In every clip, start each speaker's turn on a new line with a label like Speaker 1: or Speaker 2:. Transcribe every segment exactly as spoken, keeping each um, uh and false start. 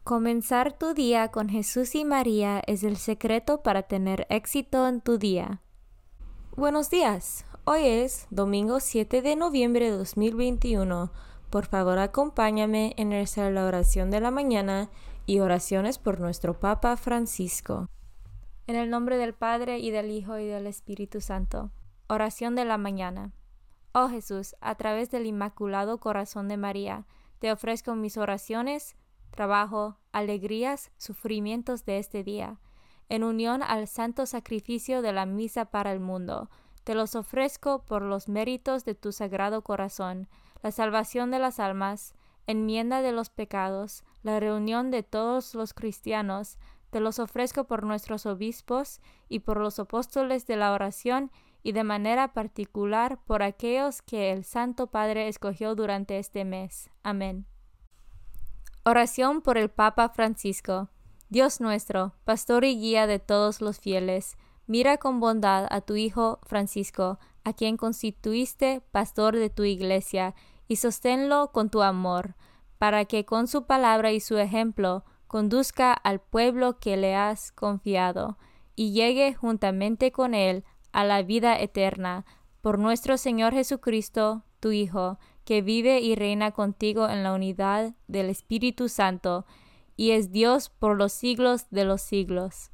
Speaker 1: Comenzar tu día con Jesús y María es el secreto para tener éxito en tu día. Buenos días. Hoy es domingo siete de noviembre de dos mil veintiuno. Por favor, acompáñame en rezar la oración de la mañana y oraciones por nuestro Papa Francisco. En el nombre del Padre, y del Hijo, y del Espíritu Santo. Oración de la mañana. Oh Jesús, a través del Inmaculado Corazón de María, te ofrezco mis oraciones, trabajo, alegrías, sufrimientos de este día, en unión al santo sacrificio de la misa para el mundo. Te los ofrezco por los méritos de tu Sagrado Corazón, la salvación de las almas, enmienda de los pecados, la reunión de todos los cristianos. Te los ofrezco por nuestros obispos y por los apóstoles de la oración, y de manera particular por aquellos que el Santo Padre escogió durante este mes. Amén. Oración por el Papa Francisco. Dios nuestro, pastor y guía de todos los fieles, mira con bondad a tu Hijo Francisco, a quien constituiste pastor de tu Iglesia, y sosténlo con tu amor, para que con su palabra y su ejemplo conduzca al pueblo que le has confiado, y llegue juntamente con él a la vida eterna, por nuestro Señor Jesucristo, tu Hijo, que vive y reina contigo en la unidad del Espíritu Santo, y es Dios por los siglos de los siglos.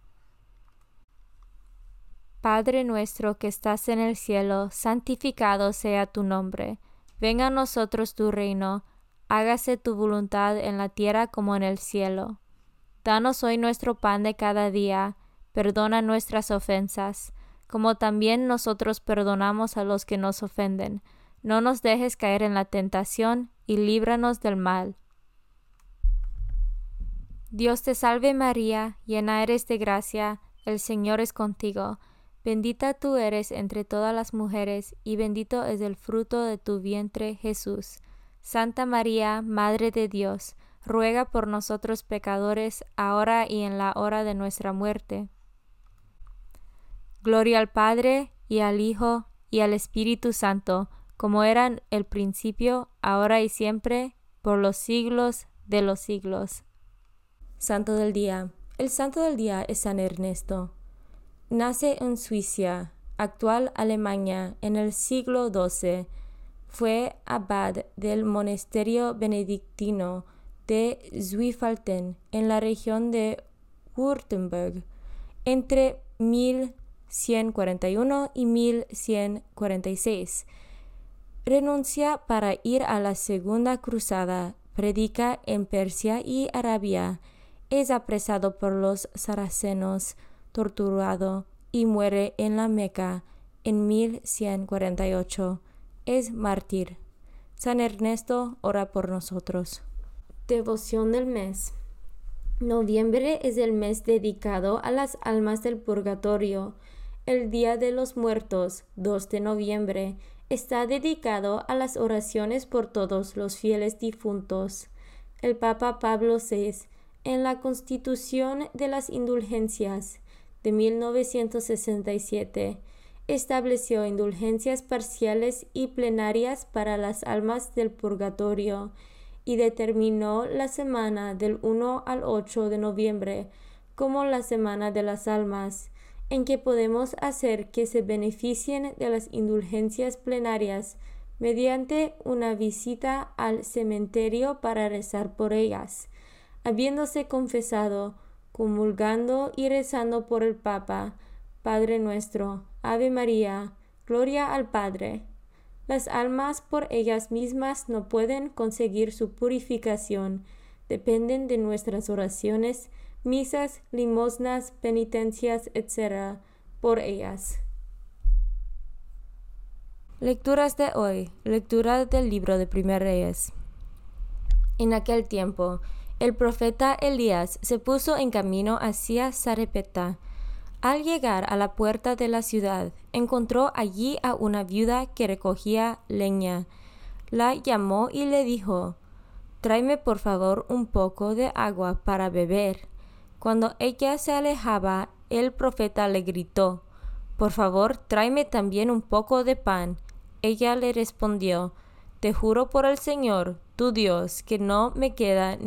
Speaker 1: Padre nuestro que estás en el cielo, santificado sea tu nombre. Venga a nosotros tu reino, hágase tu voluntad en la tierra como en el cielo. Danos hoy nuestro pan de cada día, perdona nuestras ofensas, como también nosotros perdonamos a los que nos ofenden. No nos dejes caer en la tentación, y líbranos del mal. Dios te salve María, llena eres de gracia, el Señor es contigo. Bendita tú eres entre todas las mujeres, y bendito es el fruto de tu vientre, Jesús. Santa María, Madre de Dios, ruega por nosotros pecadores, ahora y en la hora de nuestra muerte. Gloria al Padre, y al Hijo, y al Espíritu Santo, como era en el principio, ahora y siempre, por los siglos de los siglos. Santo del Día. El Santo del Día es San Ernesto. Nace en Suiza, actual Alemania, en el siglo doce. Fue abad del monasterio benedictino de Zweifelden, en la región de Württemberg, entre mil ciento cuarenta y uno y mil ciento cuarenta y seis. Renuncia para ir a la Segunda Cruzada, predica en Persia y Arabia, es apresado por los sarracenos, torturado y muere en la Meca en mil ciento cuarenta y ocho. Es mártir. San Ernesto, ora por nosotros. Devoción del mes. Noviembre es el mes dedicado a las almas del purgatorio. El Día de los Muertos, dos de noviembre, está dedicado a las oraciones por todos los fieles difuntos. El Papa Pablo sexto, en la Constitución de las Indulgencias de mil novecientos sesenta y siete, estableció indulgencias parciales y plenarias para las almas del purgatorio y determinó la semana del uno al ocho de noviembre como la Semana de las Almas, en que podemos hacer que se beneficien de las indulgencias plenarias mediante una visita al cementerio para rezar por ellas, habiéndose confesado, comulgando y rezando por el Papa, Padre nuestro, Ave María, Gloria al Padre. Las almas por ellas mismas no pueden conseguir su purificación, dependen de nuestras oraciones, misas, limosnas, penitencias, etcétera, por ellas. Lecturas de hoy. Lectura del libro de Primer Reyes. En aquel tiempo, el profeta Elías se puso en camino hacia Sarepta. Al llegar a la puerta de la ciudad, encontró allí a una viuda que recogía leña. La llamó y le dijo: «Tráeme por favor un poco de agua para beber». Cuando ella se alejaba, el profeta le gritó: «Por favor, tráeme también un poco de pan». Ella le respondió: «Te juro por el Señor, tu Dios, que no me queda ni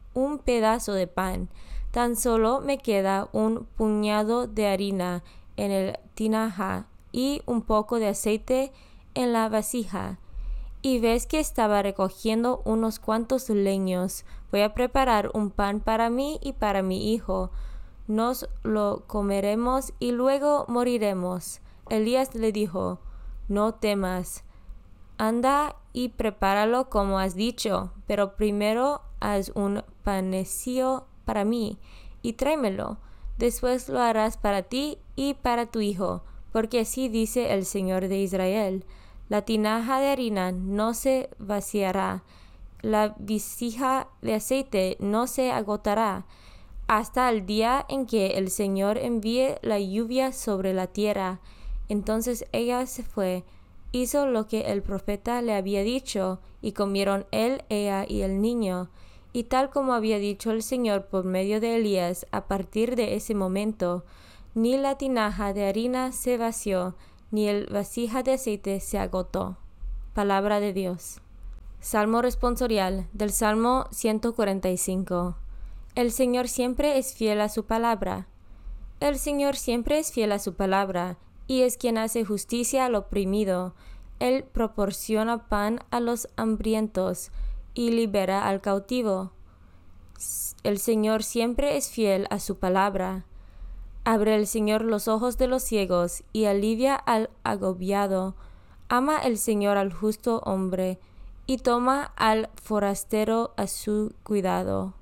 Speaker 1: un pedazo de pan. Tan solo me queda un puñado de harina en el tinaja y un poco de aceite en la vasija. Y ves que estaba recogiendo unos cuantos leños. Voy a preparar un pan para mí y para mi hijo. Nos lo comeremos y luego moriremos. Elías le dijo: No temas. Anda y prepáralo como has dicho, pero primero haz un panecillo para mí y tráemelo. Después lo harás para ti y para tu hijo, porque así dice el Señor de Israel: la tinaja de harina no se vaciará, la vasija de aceite no se agotará, hasta el día en que el Señor envíe la lluvia sobre la tierra. Entonces ella se fue, hizo lo que el profeta le había dicho, y comieron él, ella y el niño. Y tal como había dicho el Señor por medio de Elías, a partir de ese momento, ni la tinaja de harina se vació, ni el vasija de aceite se agotó. Palabra de Dios. Salmo responsorial del Salmo ciento cuarenta y cinco. El Señor siempre es fiel a su palabra. El Señor siempre es fiel a su palabra, y es quien hace justicia al oprimido. Él proporciona pan a los hambrientos y libera al cautivo. El Señor siempre es fiel a su palabra. Abre el Señor los ojos de los ciegos y alivia al agobiado. Ama el Señor al justo hombre y toma al forastero a su cuidado.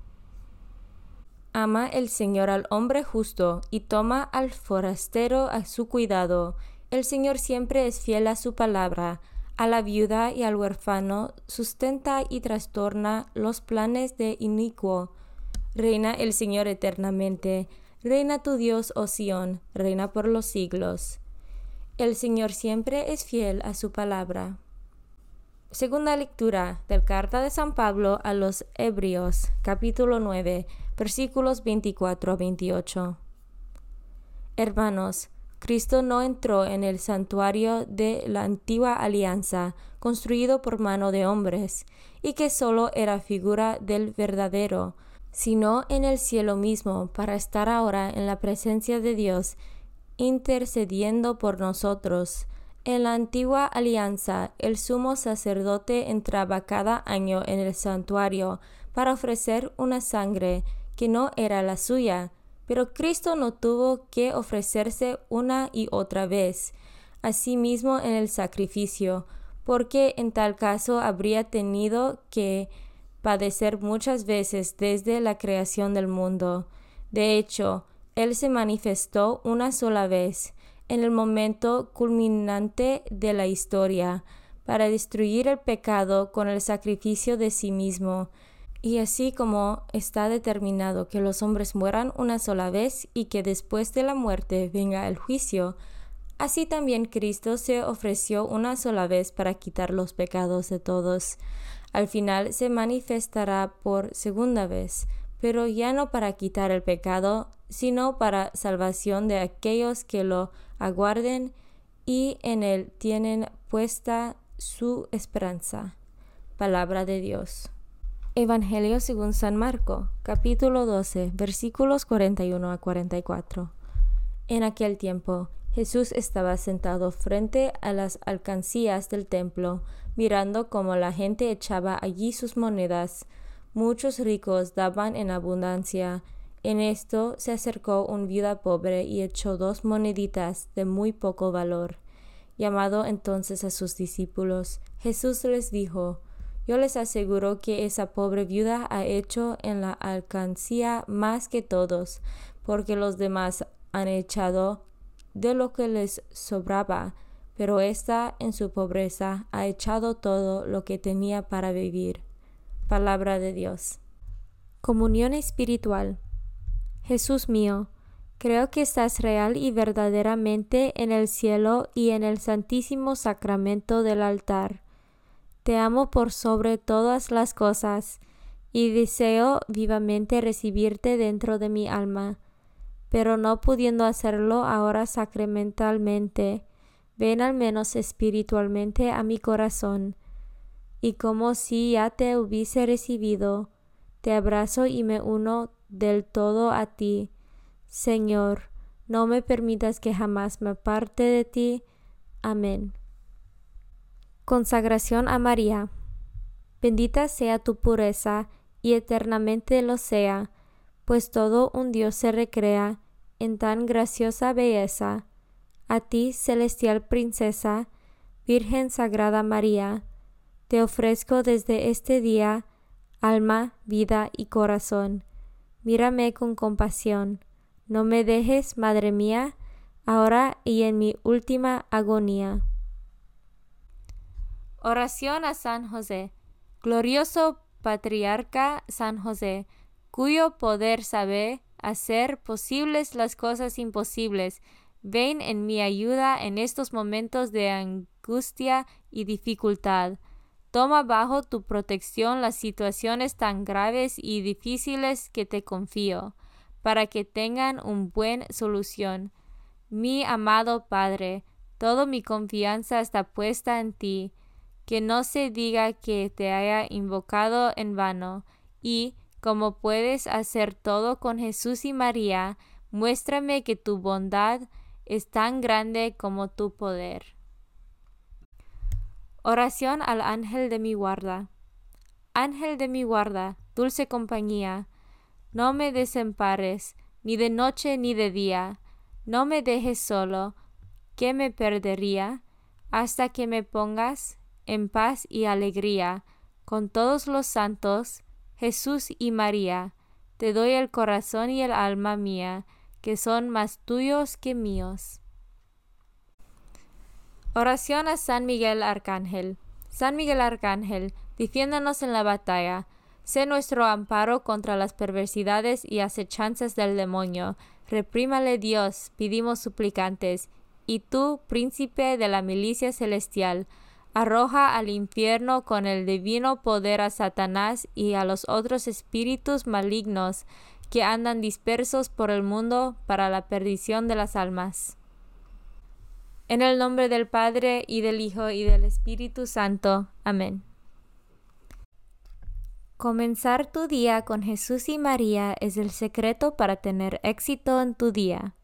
Speaker 1: Ama el Señor al hombre justo y toma al forastero a su cuidado. El Señor siempre es fiel a su palabra. A la viuda y al huérfano sustenta y trastorna los planes de inicuo. Reina el Señor eternamente. Reina tu Dios, oh Sión, reina por los siglos. El Señor siempre es fiel a su palabra. Segunda lectura del Carta de San Pablo a los Hebreos, capítulo nueve, versículos veinticuatro a veintiocho. Hermanos, Cristo no entró en el santuario de la antigua alianza, construido por mano de hombres, y que solo era figura del verdadero, sino en el cielo mismo, para estar ahora en la presencia de Dios, intercediendo por nosotros. En la antigua alianza, el sumo sacerdote entraba cada año en el santuario para ofrecer una sangre que no era la suya, pero Cristo no tuvo que ofrecerse una y otra vez, asimismo en el sacrificio, porque en tal caso habría tenido que padecer muchas veces desde la creación del mundo. De hecho, Él se manifestó una sola vez, en el momento culminante de la historia, para destruir el pecado con el sacrificio de sí mismo. Y así como está determinado que los hombres mueran una sola vez y que después de la muerte venga el juicio, así también Cristo se ofreció una sola vez para quitar los pecados de todos. Al final se manifestará por segunda vez, pero ya no para quitar el pecado, sino para salvación de aquellos que lo aguarden y en él tienen puesta su esperanza. Palabra de Dios. Evangelio según San Marco, capítulo doce, versículos cuarenta y uno a cuarenta y cuatro. En aquel tiempo, Jesús estaba sentado frente a las alcancías del templo, mirando cómo la gente echaba allí sus monedas. Muchos ricos daban en abundancia. En esto se acercó un viuda pobre y echó dos moneditas de muy poco valor. Llamado entonces a sus discípulos, Jesús les dijo: Yo les aseguro que esa pobre viuda ha hecho en la alcancía más que todos, porque los demás han echado de lo que les sobraba, pero ésta en su pobreza ha echado todo lo que tenía para vivir. Palabra de Dios. Comunión espiritual. Jesús mío, creo que estás real y verdaderamente en el cielo y en el santísimo sacramento del altar. Te amo por sobre todas las cosas y deseo vivamente recibirte dentro de mi alma, pero no pudiendo hacerlo ahora sacramentalmente, ven al menos espiritualmente a mi corazón, y como si ya te hubiese recibido, te abrazo y me uno del todo a ti. Señor, no me permitas que jamás me aparte de ti. Amén. Consagración a María. Bendita sea tu pureza, y eternamente lo sea, pues todo un Dios se recrea en tan graciosa belleza. A ti, celestial princesa, Virgen Sagrada María, te ofrezco desde este día alma, vida y corazón. Mírame con compasión. No me dejes, Madre mía, ahora y en mi última agonía. Oración a San José. Glorioso patriarca San José, cuyo poder sabe hacer posibles las cosas imposibles, ven en mi ayuda en estos momentos de angustia y dificultad. Toma bajo tu protección las situaciones tan graves y difíciles que te confío, para que tengan una buena solución. Mi amado Padre, toda mi confianza está puesta en ti. Que no se diga que te haya invocado en vano, y, como puedes hacer todo con Jesús y María, muéstrame que tu bondad es tan grande como tu poder. Oración al ángel de mi guarda. Ángel de mi guarda, dulce compañía, no me desampares, ni de noche ni de día, no me dejes solo, que me perdería, hasta que me pongas en paz y alegría, con todos los santos, Jesús y María, te doy el corazón y el alma mía, que son más tuyos que míos. Oración a San Miguel Arcángel. San Miguel Arcángel, defiéndonos en la batalla, sé nuestro amparo contra las perversidades y acechanzas del demonio. Reprímale Dios, pedimos suplicantes, y tú, príncipe de la milicia celestial, arroja al infierno con el divino poder a Satanás y a los otros espíritus malignos que andan dispersos por el mundo para la perdición de las almas. En el nombre del Padre, y del Hijo, y del Espíritu Santo. Amén. Comenzar tu día con Jesús y María es el secreto para tener éxito en tu día.